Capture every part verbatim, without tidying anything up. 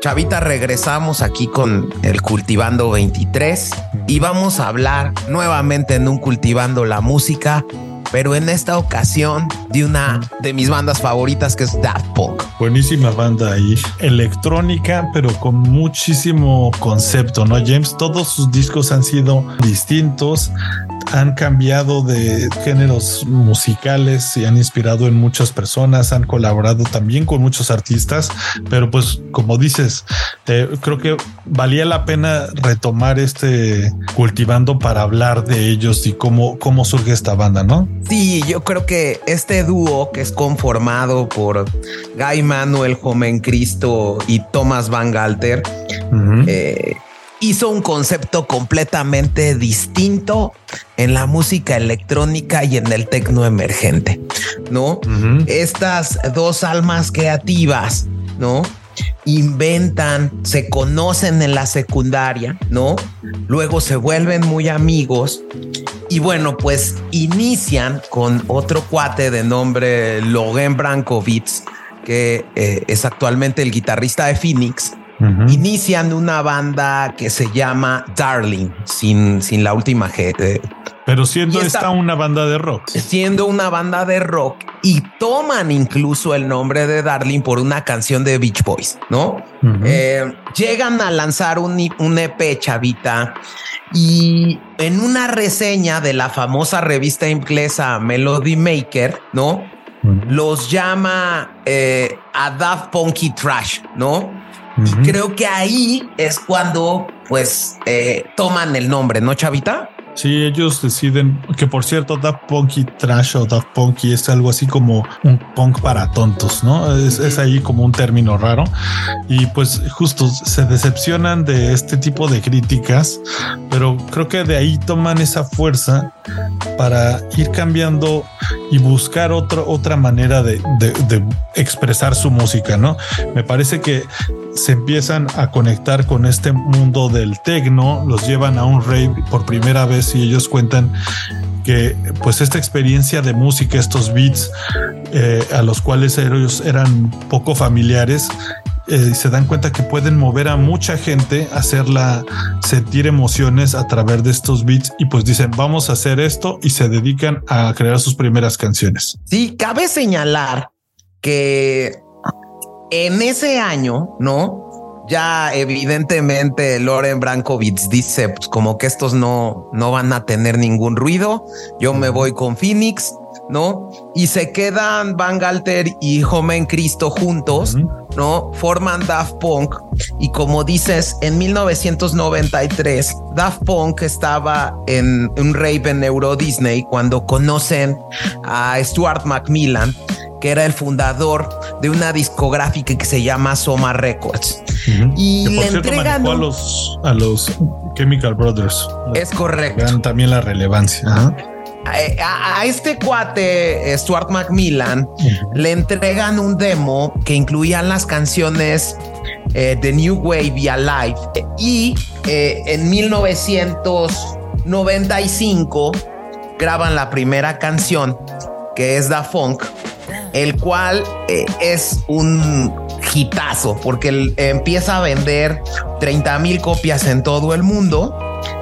Chavita, regresamos aquí con el Cultivando veintitrés y vamos a hablar nuevamente en un Cultivando la Música, pero en esta ocasión de una de mis bandas favoritas, que es Daft Punk. Buenísima banda ahí, electrónica, pero con muchísimo concepto, ¿no, James? Todos sus discos han sido distintos, han cambiado de géneros musicales y han inspirado en muchas personas, han colaborado también con muchos artistas, pero pues como dices, eh, creo que valía la pena retomar este Cultivando para hablar de ellos y cómo, cómo surge esta banda, ¿no? Sí, yo creo que este dúo, que es conformado por Guy Manuel Jomencristo y Thomas Bangalter, uh-huh. eh, hizo un concepto completamente distinto en la música electrónica y en el tecno emergente, ¿no? Uh-huh. Estas dos almas creativas, ¿no? Inventan, se conocen en la secundaria, ¿no? Luego se vuelven muy amigos y bueno, pues inician con otro cuate de nombre Logan Brankovic, que eh, es actualmente el guitarrista de Phoenix. Uh-huh. Inician una banda que se llama Darling, sin, sin la última G. Eh, Pero siendo esta, esta una banda de rock. Siendo una banda de rock y toman incluso el nombre de Darling por una canción de Beach Boys, ¿no? Uh-huh. Eh, llegan a lanzar un, un E P, Chavita, y en una reseña de la famosa revista inglesa Melody Maker, ¿no? Uh-huh. Los llama eh, a Daft Punky Trash, ¿no? Uh-huh. Y creo que ahí es cuando pues eh, toman el nombre, ¿no, Chavita? Sí, ellos deciden que, por cierto, Daft Punky Trash o Daft Punky es algo así como un punk para tontos, ¿no? Es, es ahí como un término raro y pues justo se decepcionan de este tipo de críticas, pero creo que de ahí toman esa fuerza para ir cambiando y buscar otro, otra manera de, de, de expresar su música, ¿no? Me parece que se empiezan a conectar con este mundo del techno, los llevan a un rave por primera vez y ellos cuentan que pues esta experiencia de música, estos beats eh, a los cuales ellos eran poco familiares, eh, se dan cuenta que pueden mover a mucha gente, hacerla sentir emociones a través de estos beats y pues dicen vamos a hacer esto y se dedican a crear sus primeras canciones. Sí, cabe señalar que en ese año, ¿no? Ya evidentemente Logan Brankovic dice pues como que estos no, no van a tener ningún ruido. Yo me voy con Phoenix, ¿no? Y se quedan Bangalter y Jomencristo juntos, uh-huh. ¿no? Forman Daft Punk y como dices, en mil novecientos noventa y tres Daft Punk estaba en un rave en Euro Disney cuando conocen a Stuart McMillan, que era el fundador de una discográfica que se llama Soma Records. Uh-huh. Y que, por le cierto, entregan a los, a los Chemical Brothers. Es correcto. Vean también la relevancia. Uh-huh. A, a este cuate, Stuart McMillan, uh-huh. le entregan un demo que incluía las canciones eh, The New Wave y Alive. Y eh, en mil novecientos noventa y cinco graban la primera canción, que es Da Funk, el cual eh, es un hitazo porque el, eh, empieza a vender treinta mil copias en todo el mundo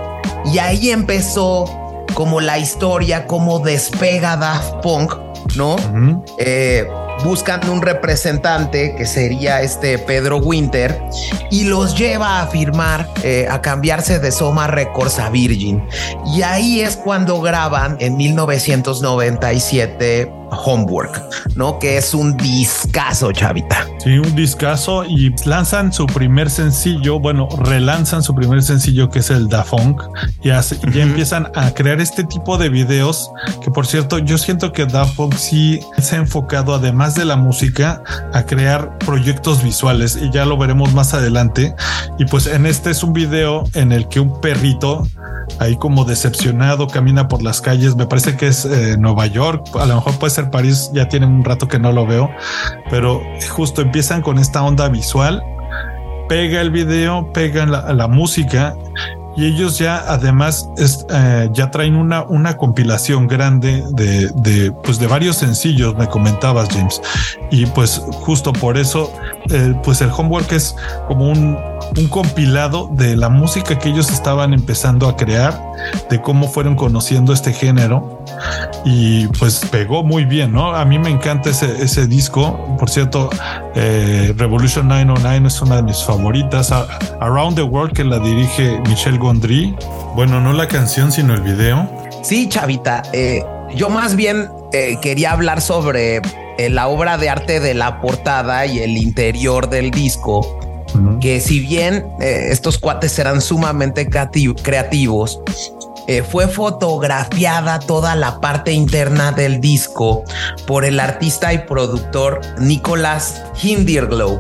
y ahí empezó como la historia, cómo despega Daft Punk, ¿no? Uh-huh. Eh, buscan un representante que sería este Pedro Winter y los lleva a firmar, eh, a cambiarse de Soma Records a Virgin. Y ahí es cuando graban en mil novecientos noventa y siete Homework, ¿no? Que es un discazo, Chavita. Sí, un discazo y lanzan su primer sencillo, bueno, relanzan su primer sencillo que es el Da Funk y hace, uh-huh. ya empiezan a crear este tipo de videos que, por cierto, yo siento que Da Funk sí se ha enfocado, además de la música, a crear proyectos visuales y ya lo veremos más adelante. Y pues en este es un video en el que un perrito ahí como decepcionado camina por las calles, me parece que es eh, Nueva York, a lo mejor puede ser París, ya tiene un rato que no lo veo, pero justo empiezan con esta onda visual, pega el video, pega la, la música y ellos ya además es, eh, ya traen una, una compilación grande de, de, pues de varios sencillos, me comentabas, James, y pues justo por eso eh, pues el Homework es como un, un compilado de la música que ellos estaban empezando a crear, de cómo fueron conociendo este género y pues pegó muy bien, ¿no? A mí me encanta ese, ese disco. Por cierto, eh, Revolution nueve cero nueve es una de mis favoritas. A, Around the World, que la dirige Michel Gondry. Bueno, no la canción, sino el video. Sí, Chavita, eh, yo más bien eh, quería hablar sobre eh, la obra de arte de la portada y el interior del disco, uh-huh. que si bien eh, estos cuates eran sumamente creativ- creativos, eh, fue fotografiada toda la parte interna del disco por el artista y productor Nicholas Hinderglow.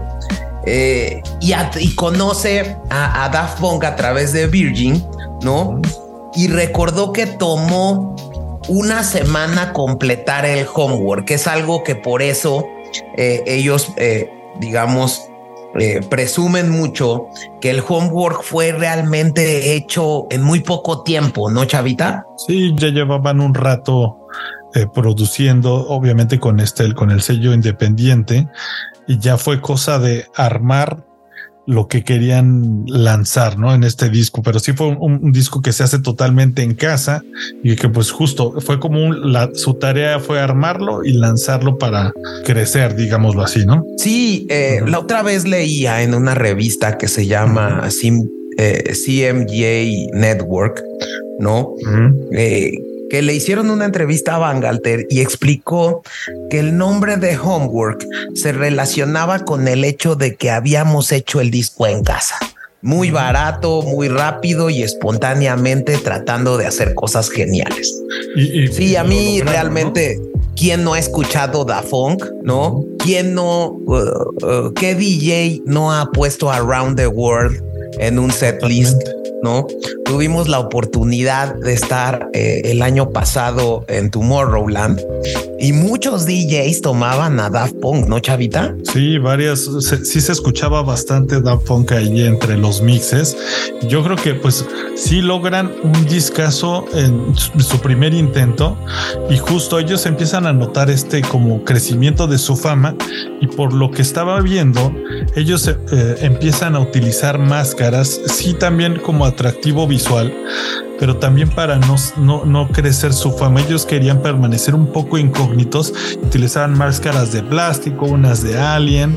Eh, y, a, y conoce a, a Daft Punk a través de Virgin, ¿no? Y recordó que tomó una semana completar el Homework, que es algo que por eso eh, ellos, eh, digamos, eh, presumen mucho que el Homework fue realmente hecho en muy poco tiempo, ¿no, Chavita? Sí, ya llevaban un rato eh, produciendo, obviamente con este, con el sello independiente, y ya fue cosa de armar lo que querían lanzar, ¿no? En este disco, pero sí fue un, un disco que se hace totalmente en casa y que pues justo fue como un, la, su tarea fue armarlo y lanzarlo para crecer, digámoslo así, ¿no? Sí, eh, uh-huh. la otra vez leía en una revista que se llama uh-huh. Sim, eh, C M J Network, ¿no? Uh-huh. Eh, que le hicieron una entrevista a Bangalter y explicó que el nombre de Homework se relacionaba con el hecho de que habíamos hecho el disco en casa. Muy barato, muy rápido y espontáneamente tratando de hacer cosas geniales. Y, y, sí, y a mí lograron, realmente, ¿no? ¿Quién no ha escuchado Daft Punk? ¿No? ¿Quién no? Uh, uh, ¿Qué D J no ha puesto Around the World en un set list? ¿No? Tuvimos la oportunidad de estar eh, el año pasado en Tomorrowland y muchos D Js tomaban a Daft Punk, ¿no, Chavita? Sí, varias, se, sí se escuchaba bastante Daft Punk ahí entre los mixes. Yo creo que pues sí logran un discazo en su, su primer intento y justo ellos empiezan a notar este como crecimiento de su fama y por lo que estaba viendo, ellos eh, empiezan a utilizar máscaras, sí también como atractivo visual, pero también para no, no, no crecer su fama. Ellos querían permanecer un poco incógnitos, utilizaban máscaras de plástico, unas de Alien,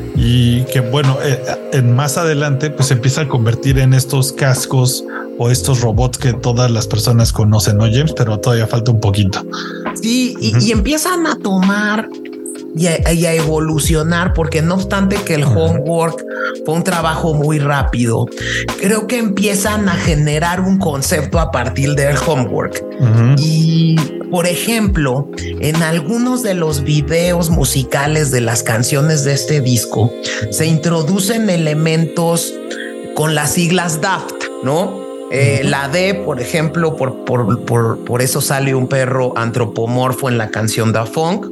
y que bueno, eh, en más adelante pues se empieza a convertir en estos cascos o estos robots que todas las personas conocen, ¿no, James? Pero todavía falta un poquito. Sí, y, uh-huh. y empiezan a tomar y a, y a evolucionar, porque no obstante que el Homework fue un trabajo muy rápido, creo que empiezan a generar un concepto a partir del Homework. Uh-huh. Y por ejemplo, en algunos de los videos musicales de las canciones de este disco se introducen elementos con las siglas Daft, ¿no? Eh, uh-huh. La D, por ejemplo, por, por, por, por eso sale un perro antropomorfo en la canción Daft Punk.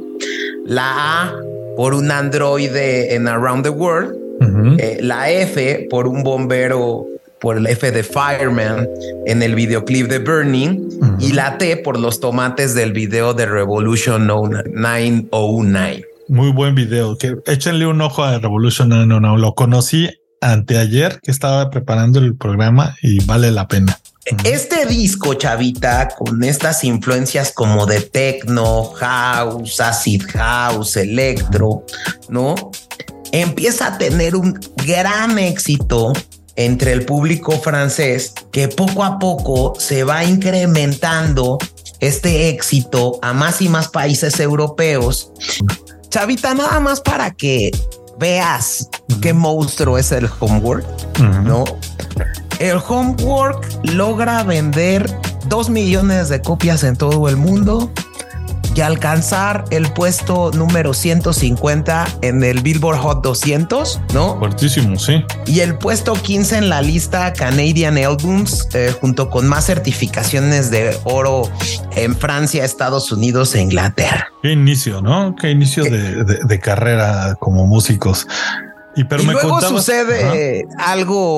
La A por un androide en Around the World. Uh-huh. eh, la F por un bombero, por el F de Fireman en el videoclip de Burning. Uh-huh. Y la T por los tomates del video de Revolution nueve cero nueve. Muy buen video, que échenle un ojo a Revolution nueve cero nueve. Lo conocí anteayer que estaba preparando el programa y vale la pena. Este disco, Chavita, con estas influencias como de techno, house, acid house, electro, ¿no? Empieza a tener un gran éxito entre el público francés, que poco a poco se va incrementando este éxito a más y más países europeos. Chavita, nada más para que veas uh-huh. qué monstruo es el Homework, uh-huh. ¿no? El Homework logra vender dos millones de copias en todo el mundo y alcanzar el puesto número ciento cincuenta en el Billboard Hot doscientos, ¿no? Fuertísimo, sí. Y el puesto quince en la lista Canadian Albums, eh, junto con más certificaciones de oro en Francia, Estados Unidos e Inglaterra. Qué inicio, ¿no? Qué inicio de, de, de carrera como músicos. Y, pero y me luego contabas, sucede ajá.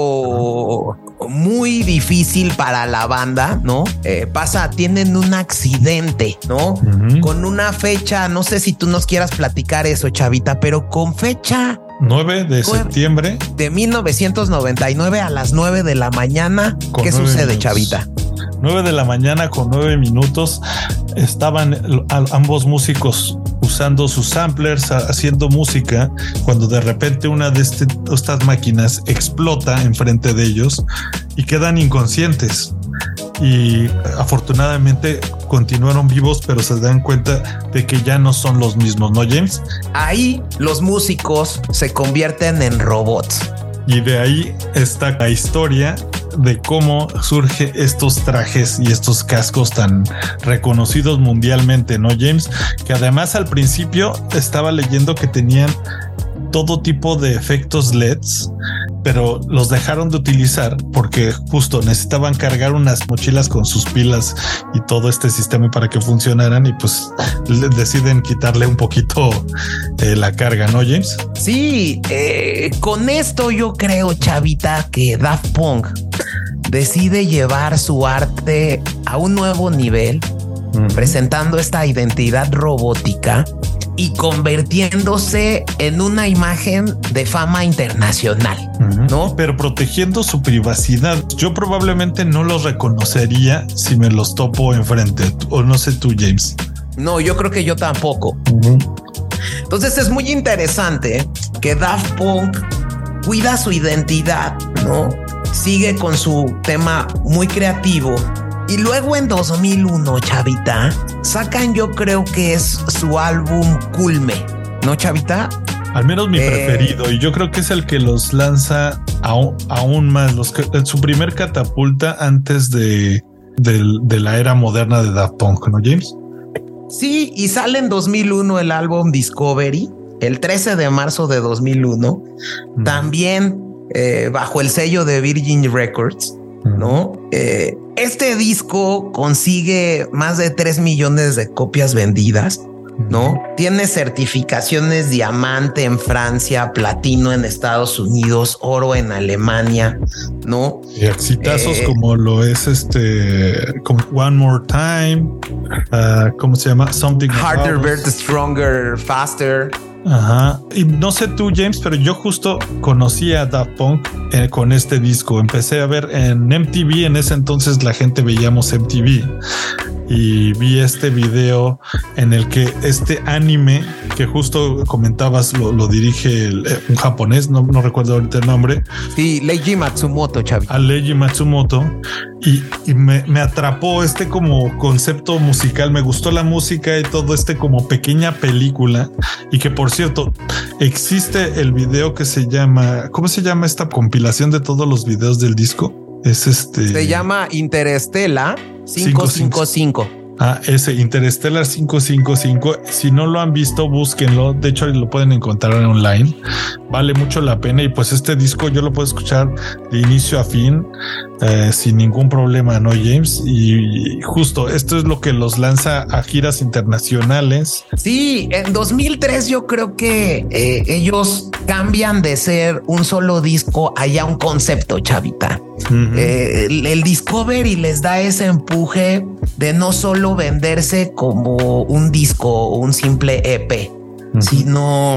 algo ajá. muy difícil para la banda, ¿no? Eh, pasa, tienen un accidente, ¿no? Uh-huh. Con una fecha, no sé si tú nos quieras platicar eso, Chavita, pero con fecha nueve de septiembre de mil novecientos noventa y nueve a las nueve de la mañana. ¿Qué sucede, minutos. Chavita? nueve de la mañana con nueve minutos. Estaban ambos músicos usando sus samplers, haciendo música, cuando de repente una de este, estas máquinas explota enfrente de ellos y quedan inconscientes. Y afortunadamente continuaron vivos, pero se dan cuenta de que ya no son los mismos, ¿no, James? Ahí los músicos se convierten en robots. Y de ahí está la historia de cómo surge estos trajes y estos cascos tan reconocidos mundialmente, ¿no, James? Que además al principio estaba leyendo que tenían todo tipo de efectos L E Ds, pero los dejaron de utilizar porque justo necesitaban cargar unas mochilas con sus pilas y todo este sistema para que funcionaran, y pues deciden quitarle un poquito eh, la carga, ¿no, James? Sí, eh, con esto yo creo, Chavita, que Daft Punk decide llevar su arte a un nuevo nivel, uh-huh. presentando esta identidad robótica y convirtiéndose en una imagen de fama internacional, uh-huh. ¿no? Pero protegiendo su privacidad. Yo probablemente no los reconocería si me los topo enfrente, o no sé tú, James. No, yo creo que yo tampoco. Uh-huh. Entonces es muy interesante que Daft Punk cuida su identidad, ¿no? Sigue con su tema muy creativo. Y luego en dos mil uno, Chavita, sacan, yo creo que es su álbum Culme, ¿no, Chavita? Al menos mi eh, preferido, y yo creo que es el que los lanza aún, aún más, los, su primer catapulta antes de, de, de la era moderna de Daft Punk, ¿no, James? Sí, y sale en dos mil uno el álbum Discovery, el trece de marzo de dos mil uno, mm. también eh, bajo el sello de Virgin Records, ¿no? Eh, este disco consigue más de tres millones de copias vendidas, ¿no? Tiene certificaciones diamante en Francia, platino en Estados Unidos, oro en Alemania, ¿no? Y exitazos eh, como lo es este, como One More Time, uh, ¿cómo se llama? Something Harder, Better, Stronger, Faster. Ajá. Y no sé tú, James, pero yo justo conocí a Daft Punk eh, con este disco. Empecé a ver en M T V, en ese entonces la gente veíamos M T V, y vi este video en el que este anime que justo comentabas lo, lo dirige el, eh, un japonés, no, no recuerdo ahorita el nombre. Sí, Leiji Matsumoto, Chavi. A Leiji Matsumoto. Y, y me, me atrapó este como concepto musical, me gustó la música y todo este como pequeña película. Y que por cierto, existe el video que se llama, ¿cómo se llama esta compilación de todos los videos del disco? Es este... Se llama Interstellar cinco cinco cinco. Ah, ese Interstellar cinco cinco cinco. Si no lo han visto, búsquenlo. De hecho, lo pueden encontrar online. Vale mucho la pena. Y pues este disco yo lo puedo escuchar de inicio a fin eh, sin ningún problema, ¿no, James? Y, y justo esto es lo que los lanza a giras internacionales. Sí, en dos mil tres yo creo que eh, ellos cambian de ser un solo disco a ya un concepto, Chavita. Uh-huh. Eh, el, el Discovery les da ese empuje de no solo venderse como un disco o un simple E P, uh-huh. sino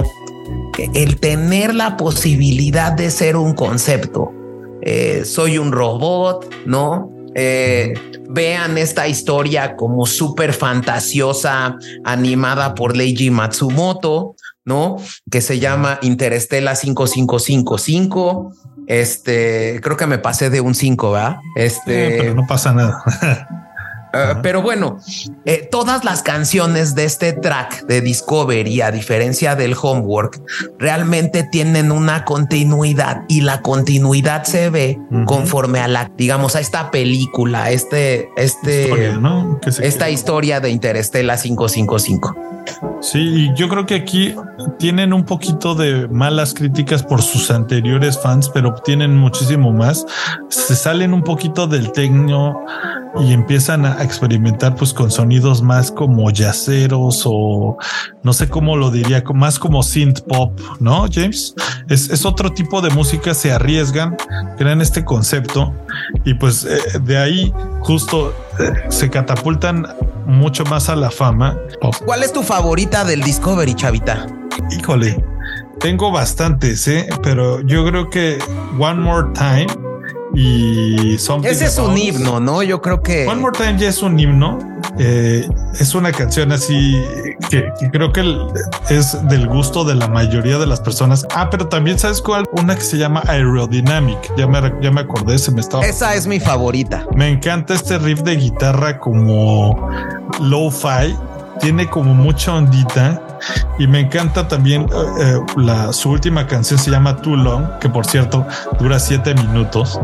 el tener la posibilidad de ser un concepto. Eh, soy un robot, ¿no? Eh, vean esta historia como súper fantasiosa, animada por Leiji Matsumoto, ¿no? Que se llama Interstellar cinco cinco cinco cinco. Este, creo que me pasé de un cinco, ¿verdad? Este, eh, pero no pasa nada. Uh, pero bueno, eh, todas las canciones de este track de Discovery, a diferencia del Homework, realmente tienen una continuidad, y la continuidad se ve uh-huh. conforme a la, digamos, a esta película, este, este, historia, ¿no? Que se esta queda. Historia de Interstellar cinco cinco cinco. Sí, y yo creo que aquí tienen un poquito de malas críticas por sus anteriores fans, pero tienen muchísimo más. Se salen un poquito del techno y empiezan a experimentar pues con sonidos más como jazzeros, o no sé cómo lo diría, más como synth pop, ¿no, James? Es, es otro tipo de música, se arriesgan, crean este concepto, y pues eh, de ahí justo eh, se catapultan mucho más a la fama. ¿Cuál es tu favorita del Discovery, Chavita? Híjole, tengo bastantes, ¿eh? Pero yo creo que One More Time y Something ese es About un Us. himno, ¿no? Yo creo que One More Time ya es un himno. Eh, es una canción así que, que creo que el, es del gusto de la mayoría de las personas. Ah, pero también sabes cuál, una que se llama Aerodynamic. Ya me, ya me acordé, se me estaba. esa es mi favorita. Me encanta este riff de guitarra como lo-fi. Tiene como mucha ondita y me encanta también eh, la, su última canción se llama Too Long, que por cierto dura siete minutos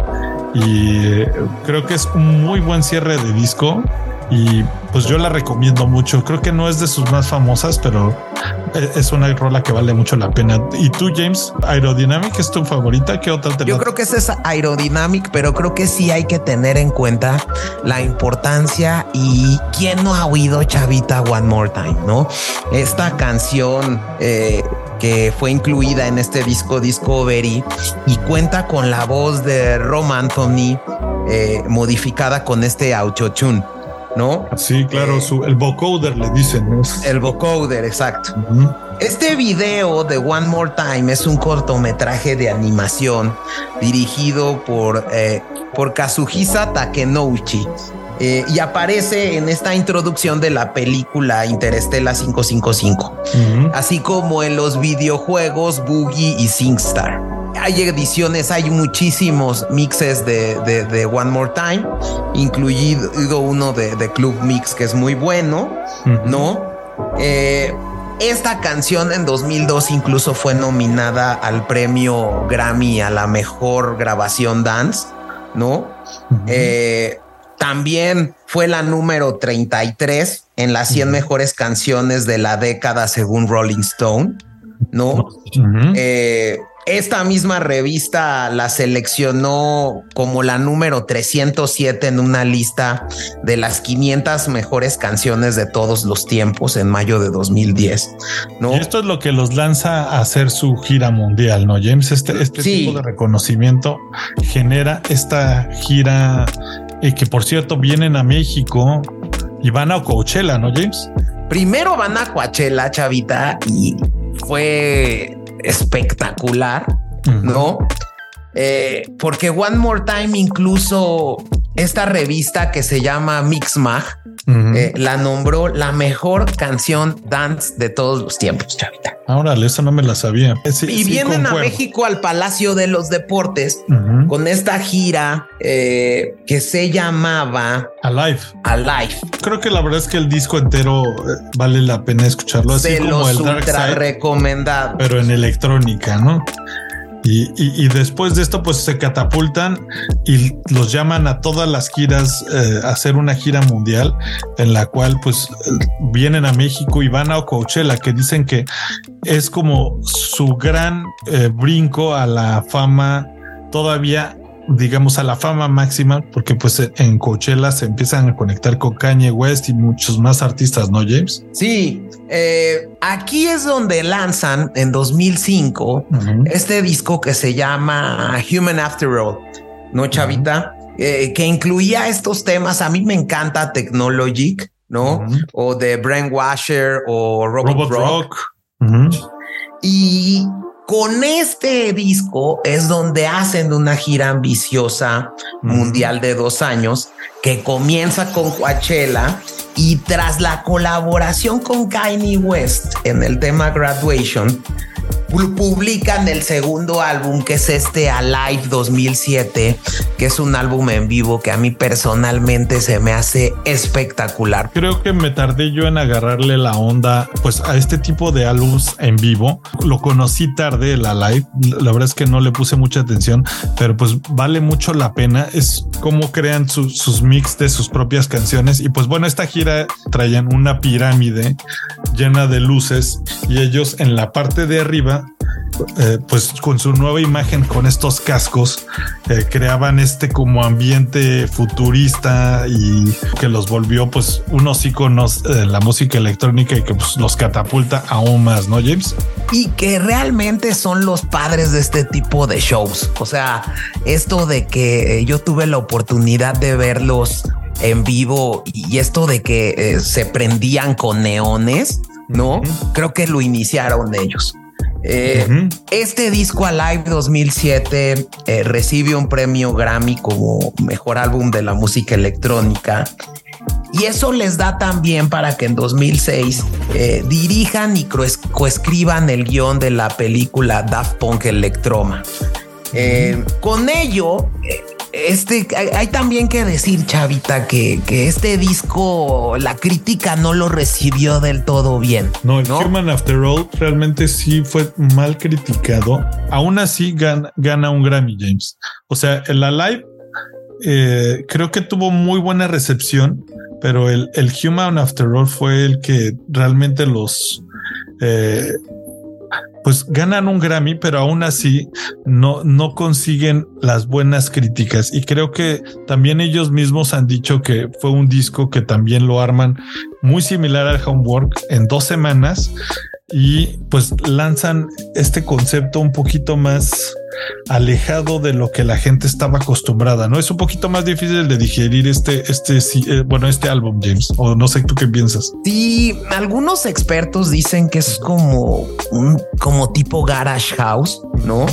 y eh, creo que es un muy buen cierre de disco y pues yo la recomiendo mucho. Creo que no es de sus más famosas, pero es una rola que vale mucho la pena. ¿Y tú, James? ¿Aerodynamic es tu favorita? ¿Qué otra te Yo creo que esa es Aerodynamic, pero creo que sí hay que tener en cuenta la importancia y quién no ha oído, chavita, One More Time, ¿no? Esta canción eh, que fue incluida en este disco Discovery y cuenta con la voz de Rom Anthony eh, modificada con este autotune, ¿no? Sí, claro, Eh, su, el vocoder le dicen, ¿no? El vocoder, exacto. Uh-huh. Este video de One More Time es un cortometraje de animación dirigido por, eh, por Kazuhisa Takenouchi eh, y aparece en esta introducción de la película Interstellar quinientos cincuenta y cinco, uh-huh. así como en los videojuegos Boogie y SingStar. Hay ediciones, hay muchísimos mixes de, de, de One More Time, incluido uno de, de Club Mix que es muy bueno, uh-huh. ¿no? Eh, esta canción en dos mil dos incluso fue nominada al premio Grammy a la mejor grabación dance, ¿no? Uh-huh. Eh, también fue la número treinta y tres en las cien uh-huh. mejores canciones de la década según Rolling Stone, ¿no? Uh-huh. Eh, Esta misma revista la seleccionó como la número trescientos siete en una lista de las quinientas mejores canciones de todos los tiempos en mayo de dos mil diez, ¿no? Y esto es lo que los lanza a hacer su gira mundial, ¿no, James? Este, este sí. tipo de reconocimiento genera esta gira eh, que, por cierto, vienen a México y van a Coachella, ¿no, James? Primero van a Coachella, chavita, y fue espectacular, uh-huh. ¿no? Eh, porque One More Time, incluso esta revista que se llama Mixmag, uh-huh. eh, la nombró la mejor canción dance de todos los tiempos, chavita. Órale, eso no me la sabía. Sí, y sí, vienen concuerdo. a México al Palacio de los Deportes uh-huh. con esta gira eh, que se llamaba Alive. Alive. Creo que la verdad es que el disco entero vale la pena escucharlo, así de como los el Dark Side, recomendado, pero en electrónica, ¿no? Y, y, y después de esto pues se catapultan y los llaman a todas las giras eh, a hacer una gira mundial en la cual pues vienen a México y van a Coachella, que dicen que es como su gran eh, brinco a la fama, todavía digamos a la fama máxima, porque pues en Coachella se empiezan a conectar con Kanye West y muchos más artistas, ¿no, James? Sí, eh, aquí es donde lanzan en dos mil cinco uh-huh. este disco que se llama Human After All, ¿no, chavita? Uh-huh. Eh, que incluía estos temas. A mí me encanta Technologic, ¿no? Uh-huh. O de Brainwasher o Robot, Robot Rock. Rock. Uh-huh. Y con este disco es donde hacen una gira ambiciosa mundial de dos años que comienza con Coachella y tras la colaboración con Kanye West en el tema Graduation publican el segundo álbum, que es este Alive dos mil siete, que es un álbum en vivo que a mí personalmente se me hace espectacular. Creo que me tardé yo en agarrarle la onda pues a este tipo de álbums en vivo. Lo conocí tarde, el Alive, la verdad es que no le puse mucha atención, pero pues vale mucho la pena. Es como crean su, sus mix de sus propias canciones. Y pues bueno, esta gira traían una pirámide llena de luces y ellos en la parte de arriba Eh, pues con su nueva imagen, con estos cascos, eh, creaban este como ambiente futurista y que los volvió pues unos íconos de la música electrónica y que pues los catapulta aún más, ¿no, James? Y que realmente son los padres de este tipo de shows. O sea, esto de que yo tuve la oportunidad de verlos en vivo y esto de que eh, se prendían con neones, ¿no? Uh-huh. Creo que lo iniciaron ellos. Eh, uh-huh. Este disco Alive dos mil siete eh, recibe un premio Grammy como mejor álbum de la música electrónica. Y eso les da también para que en dos mil seis eh, dirijan y coescriban el guión de la película Daft Punk Electroma. Eh, con ello, este, hay, hay también que decir, Chavita, que, que este disco, la crítica no lo recibió del todo bien. No, el ¿no? Human After All realmente sí fue mal criticado. Aún así gana, gana un Grammy, James. O sea, el Alive eh, creo que tuvo muy buena recepción, pero el, el Human After All fue el que realmente los... Eh, pues ganan un Grammy, pero aún así no, no consiguen las buenas críticas. Y creo que también ellos mismos han dicho que fue un disco que también lo arman muy similar al Homework en dos semanas y pues lanzan este concepto un poquito más alejado de lo que la gente estaba acostumbrada, ¿no? Es un poquito más difícil de digerir este, este, eh, bueno, este álbum, James, o no sé tú qué piensas. Sí, algunos expertos dicen que es como un, como tipo Garage House, ¿no?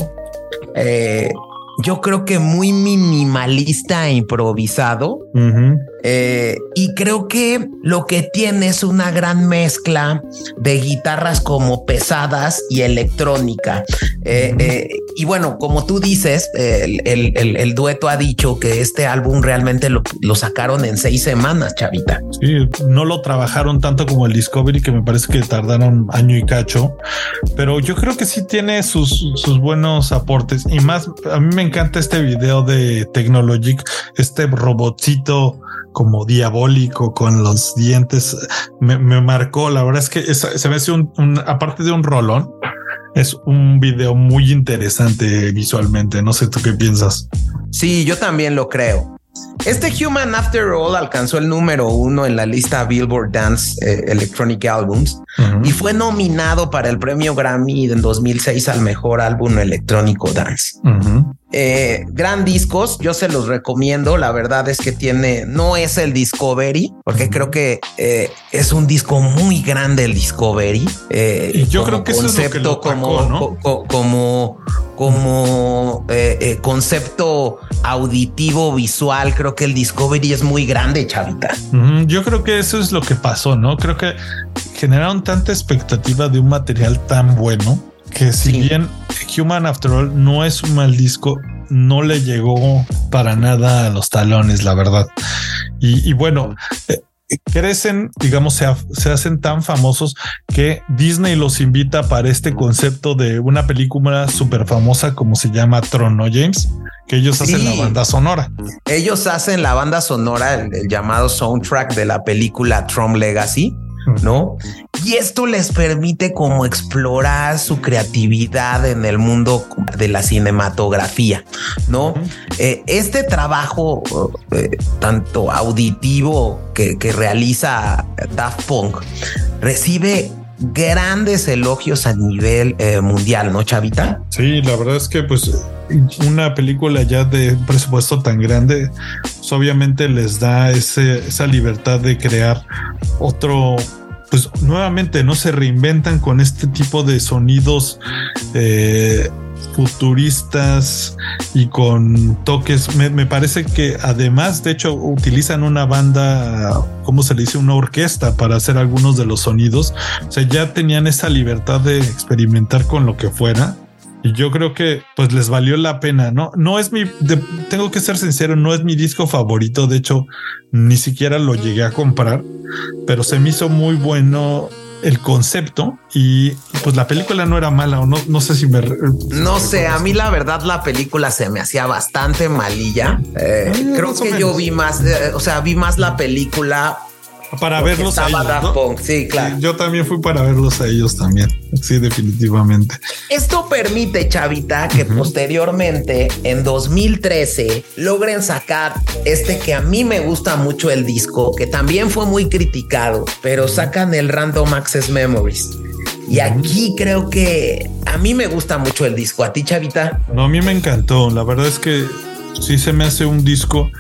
Eh, yo creo que muy minimalista e improvisado. Uh-huh. Eh, y creo que lo que tiene es una gran mezcla de guitarras como pesadas y electrónica. Eh, eh, y bueno, como tú dices, el, el, el, el dueto ha dicho que este álbum realmente lo, lo sacaron en seis semanas, Chavita. Sí, no lo trabajaron tanto como el Discovery, que me parece que tardaron año y cacho, pero yo creo que sí tiene sus, sus buenos aportes. Y más, a mí me encanta este video de Technologic, este robotcito como diabólico con los dientes, me, me marcó. La verdad es que es, se me hace un, un, aparte de un rolón, es un video muy interesante visualmente. No sé tú qué piensas. Sí, yo también lo creo. Este Human After All alcanzó el número uno en la lista Billboard Dance eh, Electronic Albums uh-huh. y fue nominado para el premio Grammy en dos mil seis al mejor álbum electrónico dance. Uh-huh. Eh, gran discos, yo se los recomiendo. La verdad es que tiene, no es el Discovery, porque uh-huh. creo que eh, es un disco muy grande el Discovery. Eh, y yo creo que concepto, eso es lo que lo como, tacó, ¿no? co, co, como como eh, eh, concepto auditivo visual. Creo que el Discovery es muy grande, Chavita. Uh-huh. Yo creo que eso es lo que pasó, ¿no? Creo que generaron tanta expectativa de un material tan bueno que si sí. bien Human After All no es un mal disco, no le llegó para nada a los talones, la verdad. Y, y bueno, eh, crecen, digamos, se, se hacen tan famosos que Disney los invita para este concepto de una película súper famosa como se llama Tron, ¿no, James? Que ellos sí. hacen la banda sonora. Ellos hacen la banda sonora, el, el llamado soundtrack de la película Tron Legacy, ¿no? Y esto les permite como explorar su creatividad en el mundo de la cinematografía, ¿no? Uh-huh. Eh, este trabajo eh, tanto auditivo que, que realiza Daft Punk recibe grandes elogios a nivel eh, mundial, ¿no, Chavita? Sí, la verdad es que pues una película ya de un presupuesto tan grande, pues obviamente les da ese, esa libertad de crear otro, pues nuevamente no se reinventan con este tipo de sonidos eh, futuristas y con toques. Me, me parece que además, de hecho, utilizan una banda, ¿cómo se le dice? Una orquesta para hacer algunos de los sonidos. O sea, ya tenían esa libertad de experimentar con lo que fuera. Y yo creo que pues les valió la pena, ¿no? No es mi, de, tengo que ser sincero, no es mi disco favorito. De hecho, ni siquiera lo llegué a comprar, pero se me hizo muy bueno el concepto y pues la película no era mala o no, no sé si me... No si sé, me a mí la verdad la película se me hacía bastante malilla. Eh, Ay, creo que yo vi más, eh, o sea, vi más la película... Para verlos a ellos, Daft Punk, ¿no? Sí, claro. Sí, yo también fui para verlos a ellos también. Sí, definitivamente. Esto permite, Chavita, que uh-huh. posteriormente, en dos mil trece, logren sacar este que a mí me gusta mucho el disco, que también fue muy criticado, pero sacan el Random Access Memories. Y aquí creo que a mí me gusta mucho el disco. ¿A ti, Chavita? No, a mí me encantó. La verdad es que sí se me hace un disco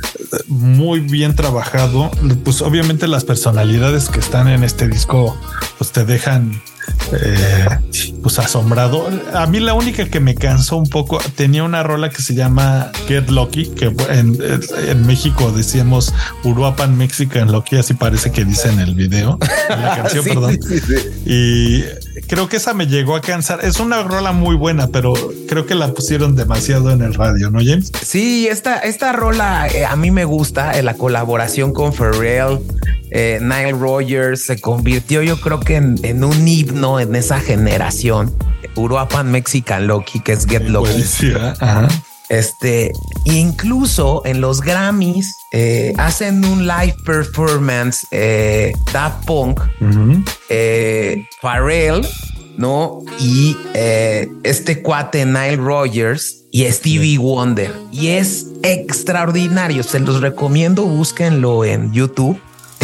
muy bien trabajado. Pues obviamente las personalidades que están en este disco pues te dejan eh, pues asombrado. A mí la única que me cansó un poco, tenía una rola que se llama Get Lucky, que en, en México decíamos Uruapan Mexican Lucky, así parece que dice en el video, en la canción, sí, perdón. Sí, sí. Y creo que esa me llegó a cansar. Es una rola muy buena, pero creo que la pusieron demasiado en el radio, ¿no, James? Sí, esta, esta rola eh, a mí me gusta, eh, la colaboración con Pharrell, eh, Nile Rodgers se convirtió, yo creo que en, en un himno en esa generación. Uruapan Mexican Lucky, que es Get Lucky. Ajá. Este, incluso en los Grammys eh, hacen un live performance, eh, Daft Punk, uh-huh. eh, Pharrell, ¿no? Y eh, este cuate Nile Rodgers y Stevie Wonder. Y es extraordinario. Se los recomiendo. Búsquenlo en YouTube.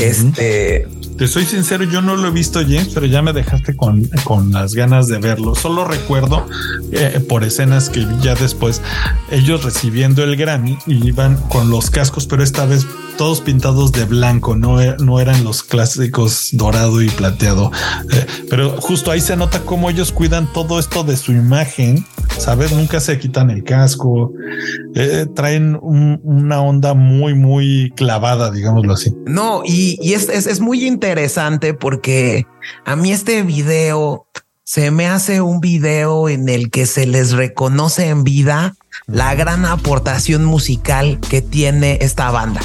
Este, te soy sincero, yo no lo he visto, James, pero ya me dejaste con, con las ganas de verlo. Solo recuerdo eh, por escenas que vi ya después, ellos recibiendo el Grammy y iban con los cascos, pero esta vez todos pintados de blanco, no, no eran los clásicos dorado y plateado. Eh, pero justo ahí se nota cómo ellos cuidan todo esto de su imagen, ¿sabes? Nunca se quitan el casco, eh, traen un, una onda muy, muy clavada, digámoslo así. No, y Y, y es, es, es muy interesante porque a mí este video se me hace un video en el que se les reconoce en vida la gran aportación musical que tiene esta banda.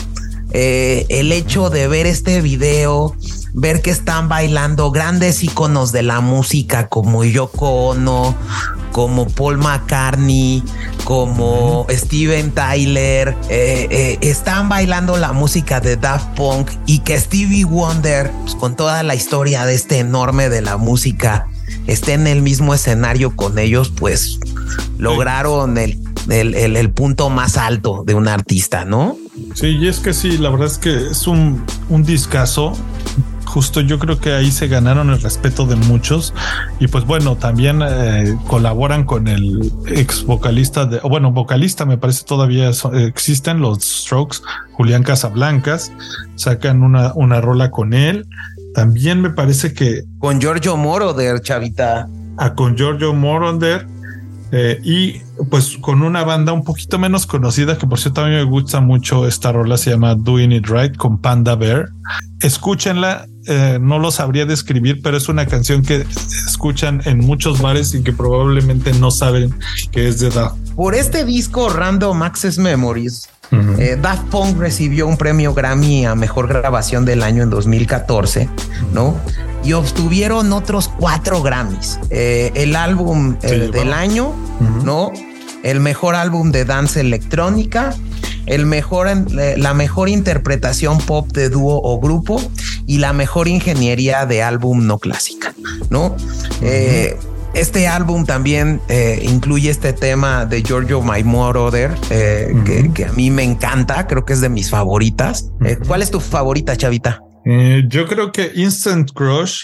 Eh, el hecho de ver este video, ver que están bailando grandes íconos de la música como Yoko Ono, como Paul McCartney, como uh-huh. Steven Tyler, eh, eh, están bailando la música de Daft Punk, y que Stevie Wonder, pues, con toda la historia de este enorme de la música, esté en el mismo escenario con ellos, pues lograron el, el, el, el punto más alto de un artista, ¿no? Sí, y es que sí, la verdad es que es un, un discazo. Justo yo creo que ahí se ganaron el respeto de muchos. Y pues bueno, también eh, colaboran con el ex vocalista de, o bueno, vocalista me parece todavía so, existen los Strokes, Julián Casablancas, sacan una, una rola con él. También me parece que con Giorgio Moroder, chavita. Ah, con Giorgio Moroder. Eh, y pues con una banda un poquito menos conocida, que por cierto a mí me gusta mucho esta rola, se llama Doing It Right, con Panda Bear. Escúchenla, eh, no lo sabría describir, pero es una canción que escuchan en muchos bares y que probablemente no saben que es de Daft. Por este disco Random Access Memories, uh-huh. eh, Daft Punk recibió un premio Grammy a Mejor Grabación del Año en dos mil catorce, ¿no? Y obtuvieron otros cuatro Grammys. Eh, el álbum eh, sí, del bueno. año, uh-huh. ¿no? El mejor álbum de danza electrónica, el mejor, la mejor interpretación pop de dúo o grupo y la mejor ingeniería de álbum no clásica, ¿no? Uh-huh. Eh, Este álbum también eh, incluye este tema de Giorgio Moroder, eh, uh-huh. que, que a mí me encanta, creo que es de mis favoritas. Uh-huh. Eh, ¿Cuál es tu favorita, chavita? Eh, yo creo que Instant Crush,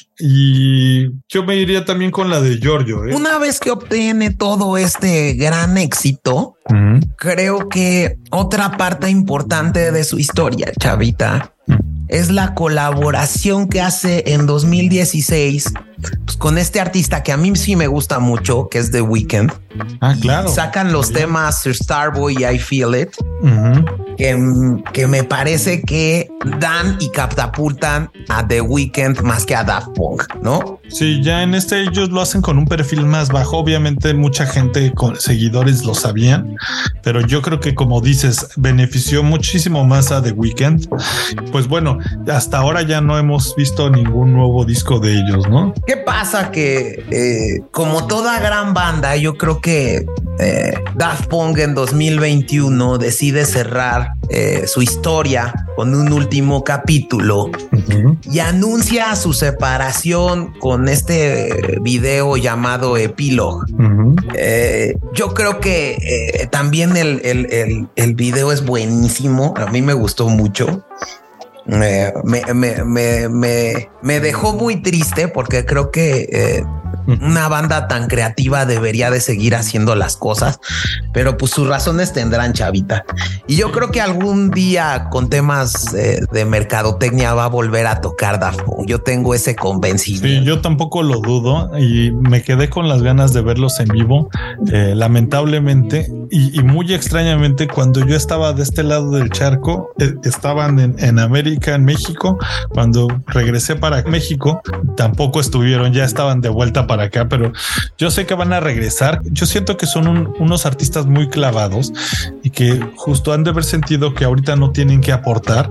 y yo me iría también con la de Giorgio. ¿eh? Una vez que obtiene todo este gran éxito, uh-huh. creo que otra parte importante de su historia, chavita, uh-huh. es la colaboración que hace en dos mil dieciséis pues, con este artista que a mí sí me gusta mucho, que es The Weeknd. Ah, claro. Sacan los Bien. temas Starboy y I Feel It, uh-huh. que, que me parece que dan y catapultan a The Weeknd más que a Daft Punk, ¿no? Sí, ya en este ellos lo hacen con un perfil más bajo. Obviamente mucha gente con seguidores lo sabían, pero yo creo que, como dices, benefició muchísimo más a The Weeknd. Pues bueno, hasta ahora ya no hemos visto ningún nuevo disco de ellos, ¿no? ¿Qué pasa? Que eh, como toda gran banda, yo creo que eh, Daft Punk en dos mil veintiuno decide cerrar eh, su historia con un último capítulo uh-huh. y anuncia su separación con este video llamado Epilogue. Uh-huh. Eh, yo creo que eh, también el, el, el, el video es buenísimo. A mí me gustó mucho. Me, me, me, me, me, me dejó muy triste porque creo que eh, una banda tan creativa debería de seguir haciendo las cosas, pero pues sus razones tendrán, chavita. Y yo creo que algún día con temas eh, de mercadotecnia va a volver a tocar Daft Punk. Yo tengo ese convencimiento. Sí, yo tampoco lo dudo y me quedé con las ganas de verlos en vivo. Eh, lamentablemente y, y muy extrañamente, cuando yo estaba de este lado del charco, eh, estaban en, en América, en México. Cuando regresé para México, tampoco estuvieron, ya estaban de vuelta para acá, pero yo sé que van a regresar. Yo siento que son un, unos artistas muy clavados y que justo han de haber sentido que ahorita no tienen que aportar.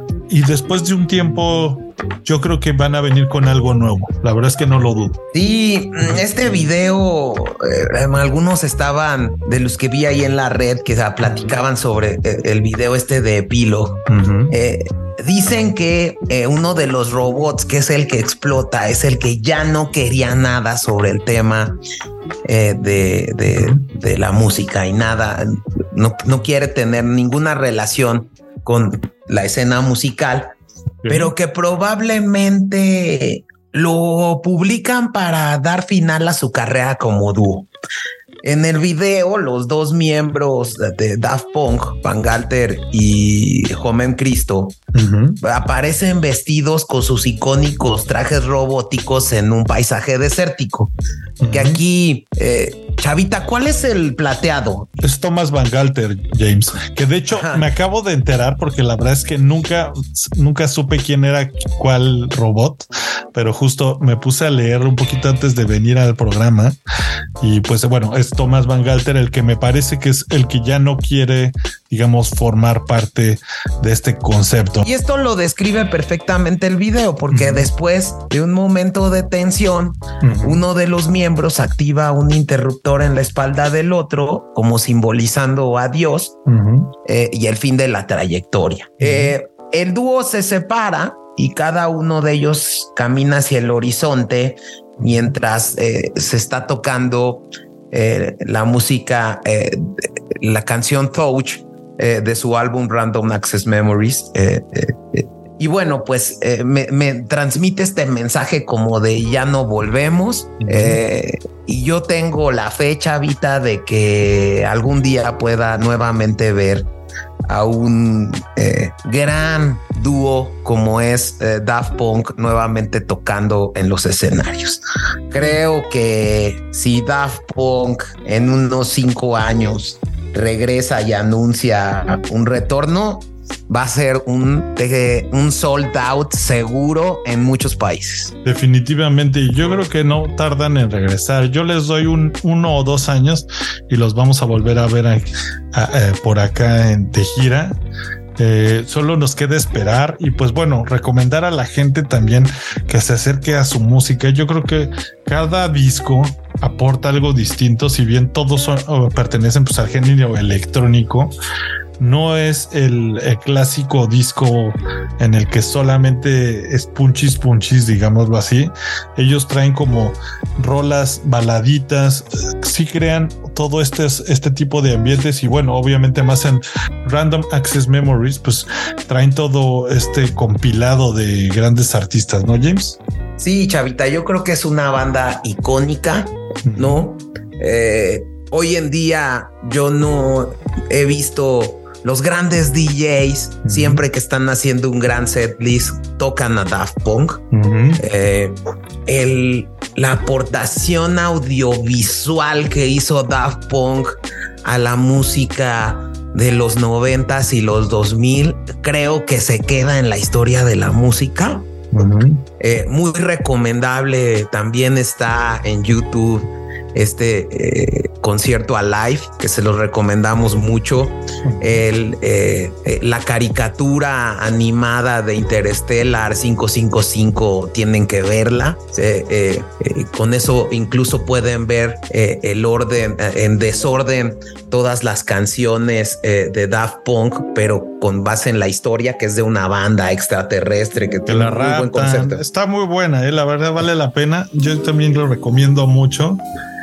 Y después de un tiempo, yo creo que van a venir con algo nuevo. La verdad es que no lo dudo. Sí, este video, eh, algunos estaban de los que vi ahí en la red que platicaban sobre el video este de Epílogo. Uh-huh. Eh, dicen que eh, uno de los robots, que es el que explota, es el que ya no quería nada sobre el tema eh, de, de, de la música y nada, no, no quiere tener ninguna relación con la escena musical, sí, pero que probablemente lo publican para dar final a su carrera como dúo. En el video, los dos miembros de Daft Punk, Bangalter y Jomen Cristo, uh-huh, aparecen vestidos con sus icónicos trajes robóticos en un paisaje desértico. Uh-huh. Que aquí, eh, chavita, ¿cuál es el plateado? Es Thomas Bangalter, James, que de hecho Ajá. me acabo de enterar porque la verdad es que nunca, nunca supe quién era cuál robot, pero justo me puse a leer un poquito antes de venir al programa y pues bueno, es Thomas Bangalter el que me parece que es el que ya no quiere, digamos, formar parte de este concepto. Y esto lo describe perfectamente el video, porque uh-huh, después de un momento de tensión, uh-huh, uno de los miembros activa un interruptor en la espalda del otro, como simbolizando a Dios uh-huh, eh, y el fin de la trayectoria. Uh-huh. Eh, el dúo se separa y cada uno de ellos camina hacia el horizonte mientras eh, se está tocando eh, la música, eh, la canción Touch eh, de su álbum Random Access Memories. Eh, eh, eh, y bueno, pues eh, me, me transmite este mensaje como de ya no volvemos. Uh-huh. Eh, y yo tengo la fe, chavita, de que algún día pueda nuevamente ver a un eh, gran dúo como es eh, Daft Punk nuevamente tocando en los escenarios. Creo que si Daft Punk en unos cinco años regresa y anuncia un retorno, va a ser un, de, un sold out seguro en muchos países. Definitivamente. Y yo creo que no tardan en regresar. Yo les doy un uno o dos años y los vamos a volver a ver a, a, a, por acá en de gira. Eh, solo nos queda esperar y pues bueno, recomendar a la gente también que se acerque a su música. Yo creo que cada disco aporta algo distinto, si bien todos son, o pertenecen pues al género electrónico. No es el, el clásico disco en el que solamente es punchis punchis, digámoslo así. Ellos traen como rolas baladitas, sí crean todo este, este tipo de ambientes y bueno, obviamente más en Random Access Memories, pues traen todo este compilado de grandes artistas, ¿no, James? Sí, chavita, yo creo que es una banda icónica, ¿no? Eh, hoy en día yo no he visto... Los grandes D Js, uh-huh, siempre que están haciendo un gran set list, tocan a Daft Punk. Uh-huh. Eh, el, la aportación audiovisual que hizo Daft Punk a la música de los noventas y los dos mil, creo que se queda en la historia de la música. Uh-huh. Eh, muy recomendable. También está en YouTube este eh, concierto Alive, que se los recomendamos mucho. El, eh, eh, la caricatura animada de Interstellar cinco cinco cinco, tienen que verla. Eh, eh, eh, con eso incluso pueden ver eh, el orden, eh, en desorden, todas las canciones eh, de Daft Punk, pero con base en la historia, que es de una banda extraterrestre que tiene un muy buen concepto. Está muy buena, eh, la verdad vale la pena. Yo también lo recomiendo mucho.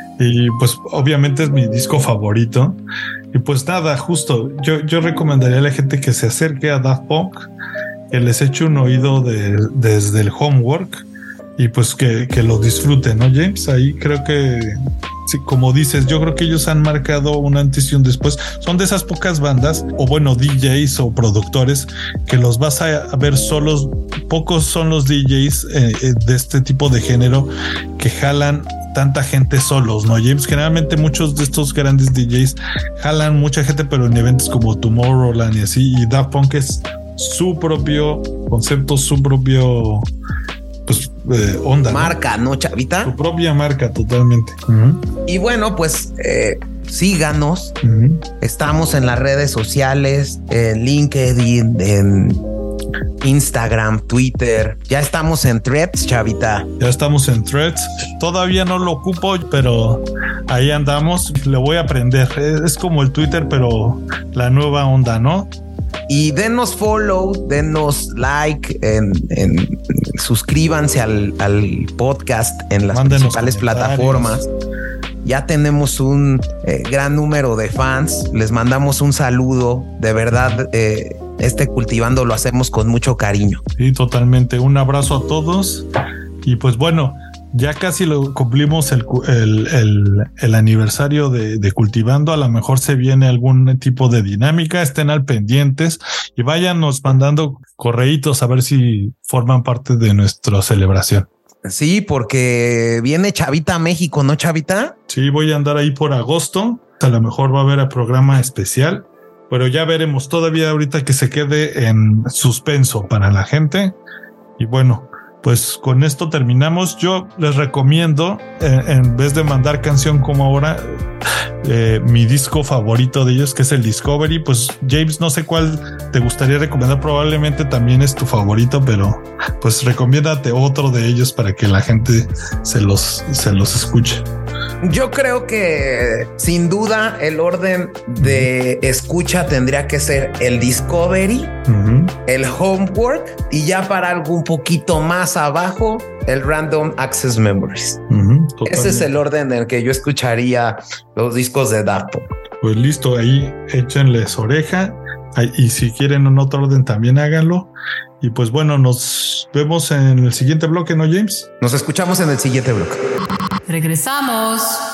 Y pues obviamente es mi disco favorito. Y pues nada, justo yo, yo recomendaría a la gente que se acerque a Daft Punk, que les eche un oído de, desde el homework y pues que, que lo disfruten, ¿no, James? Ahí creo que, sí, como dices, yo creo que ellos han marcado un antes y un después. Son de esas pocas bandas, o bueno, D Js o productores, que los vas a ver solos. Pocos son los D Js eh, eh, de este tipo de género que jalan tanta gente solos, ¿no, James? Generalmente muchos de estos grandes D Js jalan mucha gente, pero en eventos como Tomorrowland y así, y Daft Punk es su propio concepto, su propio pues eh, onda, marca, ¿no, Chavita? Su propia marca, totalmente. Uh-huh. Y bueno, pues eh, síganos. Uh-huh. Estamos en las redes sociales, en LinkedIn, en Instagram, Twitter. Ya estamos en Threads, Chavita. Ya estamos en Threads. Todavía no lo ocupo, pero ahí andamos. Le voy a aprender. Es como el Twitter, pero la nueva onda, ¿no? Y denos follow, denos like, en, en, suscríbanse al, al podcast en las Mándenos principales plataformas. Ya tenemos un eh, gran número de fans. Les mandamos un saludo. De verdad, eh, este Cultivando lo hacemos con mucho cariño. Sí, totalmente. Un abrazo a todos. Y pues bueno, ya casi lo cumplimos el, el, el, el aniversario de, de Cultivando. A lo mejor se viene algún tipo de dinámica. Estén al pendientes y váyanos mandando correitos a ver si forman parte de nuestra celebración. Sí, porque viene Chavita a México, ¿no, Chavita? Sí, voy a andar ahí por agosto. A lo mejor va a haber un programa especial, pero ya veremos. Todavía ahorita que se quede en suspenso para la gente. Y bueno, pues con esto terminamos. Yo les recomiendo, eh, en vez de mandar canción como ahora, eh, mi disco favorito de ellos, que es el Discovery. Pues James, no sé cuál te gustaría recomendar. Probablemente también es tu favorito, pero pues recomiéndate otro de ellos para que la gente se los, se los escuche. Yo creo que sin duda el orden de escucha tendría que ser el Discovery, uh-huh. el Homework, y ya para algo un poquito más abajo, el Random Access Memories. Uh-huh, Ese es el orden en el que yo escucharía los discos de Daft Punk. Pues listo, ahí échenles oreja. Y si quieren en otro orden también háganlo. Y pues bueno, nos vemos en el siguiente bloque, ¿no, James? Nos escuchamos en el siguiente bloque. Regresamos.